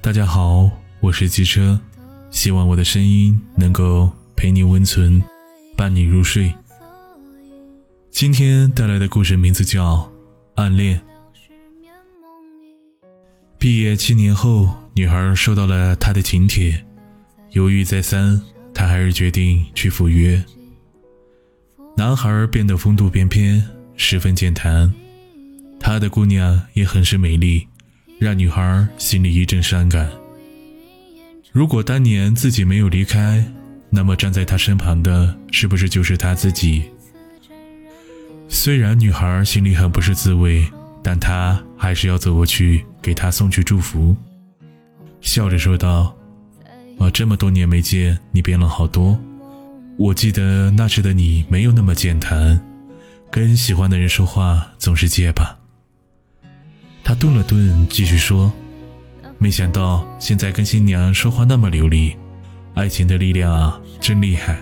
大家好，我是机车，希望我的声音能够陪你温存，伴你入睡。今天带来的故事名字叫《暗恋》。毕业7年后，女孩收到了她的请帖，犹豫再三，她还是决定去赴约。男孩变得风度翩翩，十分健谈，他的姑娘也很是美丽，让女孩心里一阵伤感。如果当年自己没有离开，那么站在他身旁的是不是就是他自己？虽然女孩心里很不是滋味，但她还是要走过去给他送去祝福，笑着说道：这么多年没见，你变了好多。我记得那时的你没有那么健谈，跟喜欢的人说话总是结巴。他顿了顿，继续说：没想到现在跟新娘说话那么流利，爱情的力量啊，真厉害。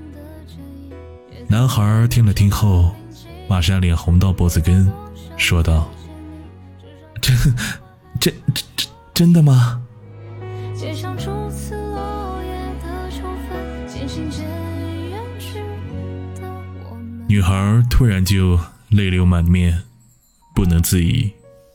男孩听了听后，马上脸红到脖子根，说道：真的吗？街上初次落叶的秋分，渐行渐远去的我们。女孩突然就泪流满面，不能自已。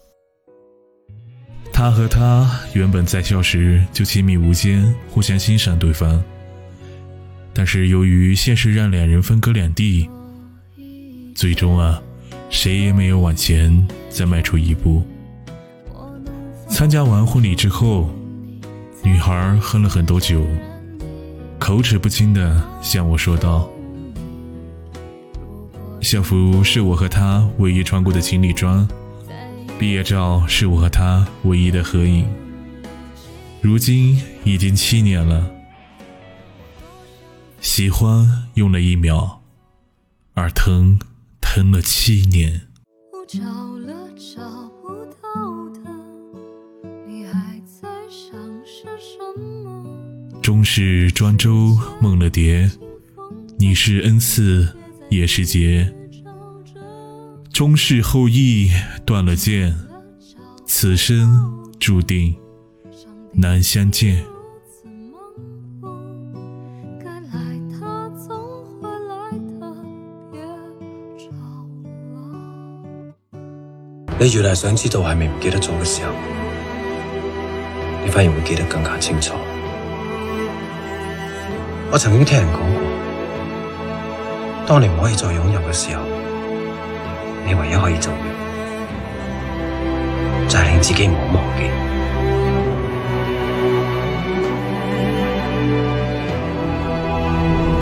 他和她原本在校时就亲密无间，互相欣赏对方，但是由于现实让两人分隔两地，最终谁也没有往前再迈出一步。参加完婚礼之后，女孩喝了很多酒，口齿不清地向我说道：校服是我和他唯一穿过的情侣装，毕业照是我和他唯一的合影，如今已经7年了。喜欢用了1秒，而疼了7年。找了找不到的，你还在想是什么？终是庄周梦了蝶，你是恩赐也是劫。终是后羿断了剑，此生注定难相见。 你越係想知道係咪唔記得咗嘅時候，你反而會記得更加清楚。我曾經聽人講過，當你唔可以再擁有嘅時候，你唯一可以做嘅就係令自己唔好忘記。